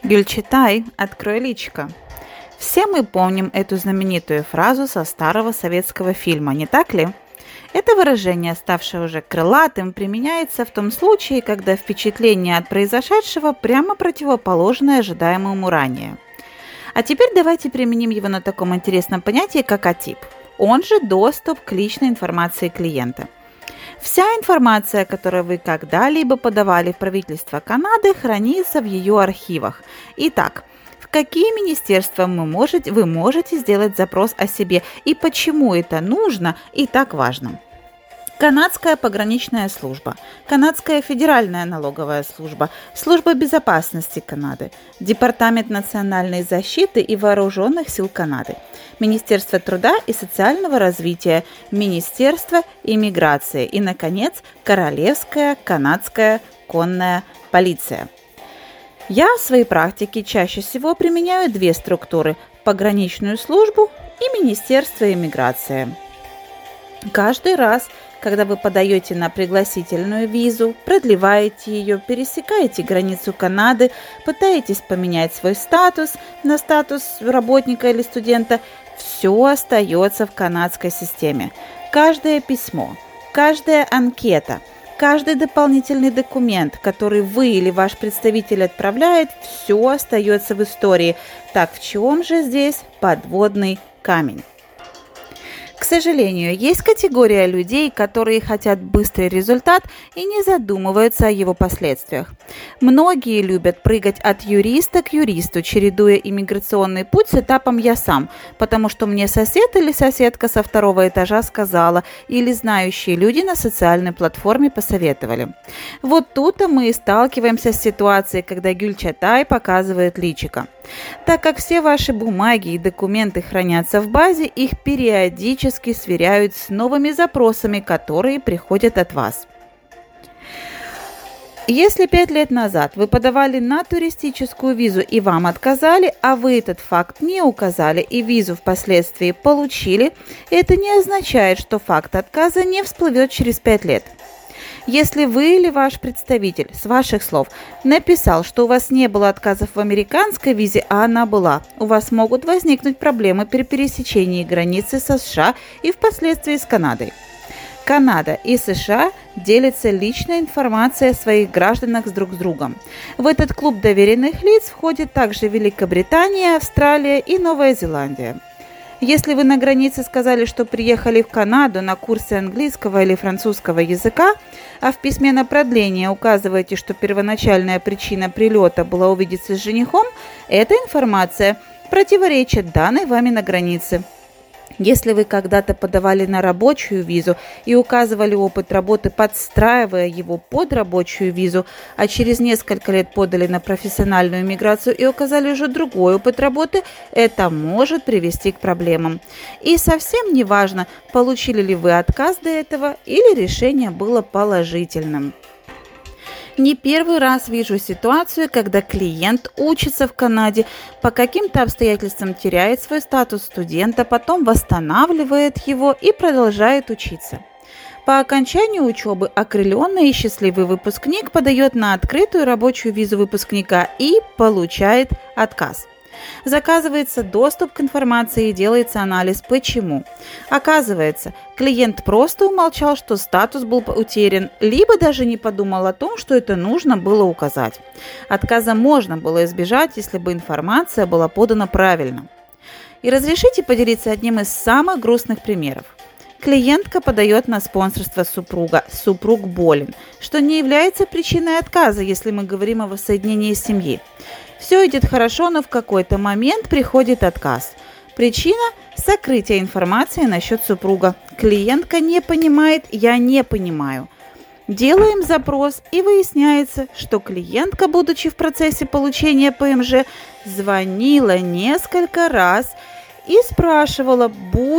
Гюльчатай, открой личико. Все мы помним эту знаменитую фразу со старого советского фильма, не так ли? Это выражение, ставшее уже крылатым, применяется в том случае, когда впечатление от произошедшего прямо противоположное ожидаемому ранее. А теперь давайте применим его на таком интересном понятии, как АТИП, он же доступ к личной информации клиента. Вся информация, которую вы когда-либо подавали в правительство Канады, хранится в ее архивах. Итак, в какие министерства вы можете сделать запрос о себе и почему это нужно и так важно? Канадская пограничная служба, Канадская федеральная налоговая служба, Служба безопасности Канады, Департамент национальной защиты и вооруженных сил Канады, Министерство труда и социального развития, Министерство иммиграции и, наконец, Королевская канадская конная полиция. Я в своей практике чаще всего применяю две структуры – пограничную службу и Министерство иммиграции. Каждый раз, когда вы подаете на пригласительную визу, продлеваете ее, пересекаете границу Канады, пытаетесь поменять свой статус на статус работника или студента, все остается в канадской системе. Каждое письмо, каждая анкета, каждый дополнительный документ, который вы или ваш представитель отправляет, все остается в истории. Так в чем же здесь подводный камень? К сожалению, есть категория людей, которые хотят быстрый результат и не задумываются о его последствиях. Многие любят прыгать от юриста к юристу, чередуя иммиграционный путь с этапом «я сам», потому что мне сосед или соседка со второго этажа сказала, или знающие люди на социальной платформе посоветовали. Вот тут-то мы и сталкиваемся с ситуацией, когда Гюльчатай показывает личико. Так как все ваши бумаги и документы хранятся в базе, их периодически сверяют с новыми запросами, которые приходят от вас. Если 5 лет назад вы подавали на туристическую визу и вам отказали, а вы этот факт не указали и визу впоследствии получили, это не означает, что факт отказа не всплывет через 5 лет. Если вы или ваш представитель, с ваших слов, написал, что у вас не было отказов в американской визе, а она была, у вас могут возникнуть проблемы при пересечении границы со США и впоследствии с Канадой. Канада и США делятся личной информацией о своих гражданах друг с другом. В этот клуб доверенных лиц входят также Великобритания, Австралия и Новая Зеландия. Если вы на границе сказали, что приехали в Канаду на курсы английского или французского языка, а в письме на продление указываете, что первоначальная причина прилета была увидеться с женихом, эта информация противоречит данной вами на границе. Если вы когда-то подавали на рабочую визу и указывали опыт работы, подстраивая его под рабочую визу, а через несколько лет подали на профессиональную миграцию и указали уже другой опыт работы, это может привести к проблемам. И совсем не важно, получили ли вы отказ до этого или решение было положительным. Не первый раз вижу ситуацию, когда клиент учится в Канаде, по каким-то обстоятельствам теряет свой статус студента, потом восстанавливает его и продолжает учиться. По окончанию учебы окрыленный и счастливый выпускник подает на открытую рабочую визу выпускника и получает отказ. Заказывается доступ к информации и делается анализ «почему?». Оказывается, клиент просто умолчал, что статус был утерян, либо даже не подумал о том, что это нужно было указать. Отказа можно было избежать, если бы информация была подана правильно. И разрешите поделиться одним из самых грустных примеров. Клиентка подает на спонсорство супруга, супруг болен, что не является причиной отказа, если мы говорим о воссоединении семьи. Все идет хорошо, но в какой-то момент приходит отказ. Причина – сокрытие информации насчет супруга. Клиентка не понимает, я не понимаю. Делаем запрос, и выясняется, что клиентка, будучи в процессе получения ПМЖ, звонила несколько раз и спрашивала,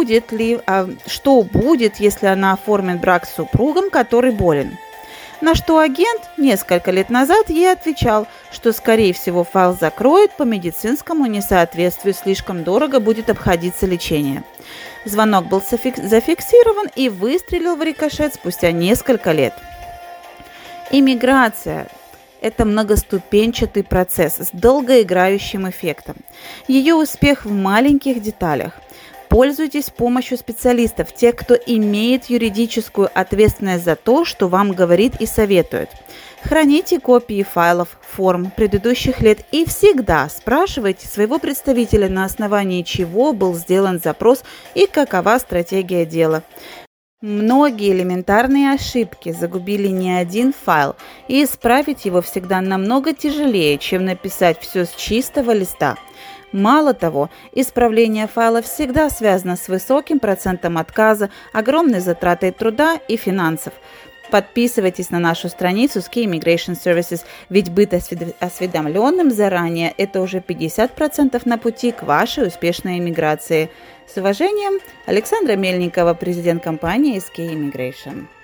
что будет, если она оформит брак с супругом, который болен. На что агент несколько лет назад ей отвечал, что, скорее всего, файл закроют по медицинскому несоответствию, слишком дорого будет обходиться лечение. Звонок был зафиксирован и выстрелил в рикошет спустя несколько лет. Иммиграция Это многоступенчатый процесс с долгоиграющим эффектом. Ее успех в маленьких деталях. Пользуйтесь помощью специалистов, тех, кто имеет юридическую ответственность за то, что вам говорит и советует. Храните копии файлов, форм предыдущих лет и всегда спрашивайте своего представителя, на основании чего был сделан запрос и какова стратегия дела. Многие элементарные ошибки загубили не один файл, и исправить его всегда намного тяжелее, чем написать все с чистого листа. Мало того, исправление файла всегда связано с высоким процентом отказа, огромной затратой труда и финансов. Подписывайтесь на нашу страницу Key Immigration Services, ведь быть осведомленным заранее – это уже 50% на пути к вашей успешной иммиграции. С уважением, Александра Мельникова, президент компании Key Immigration.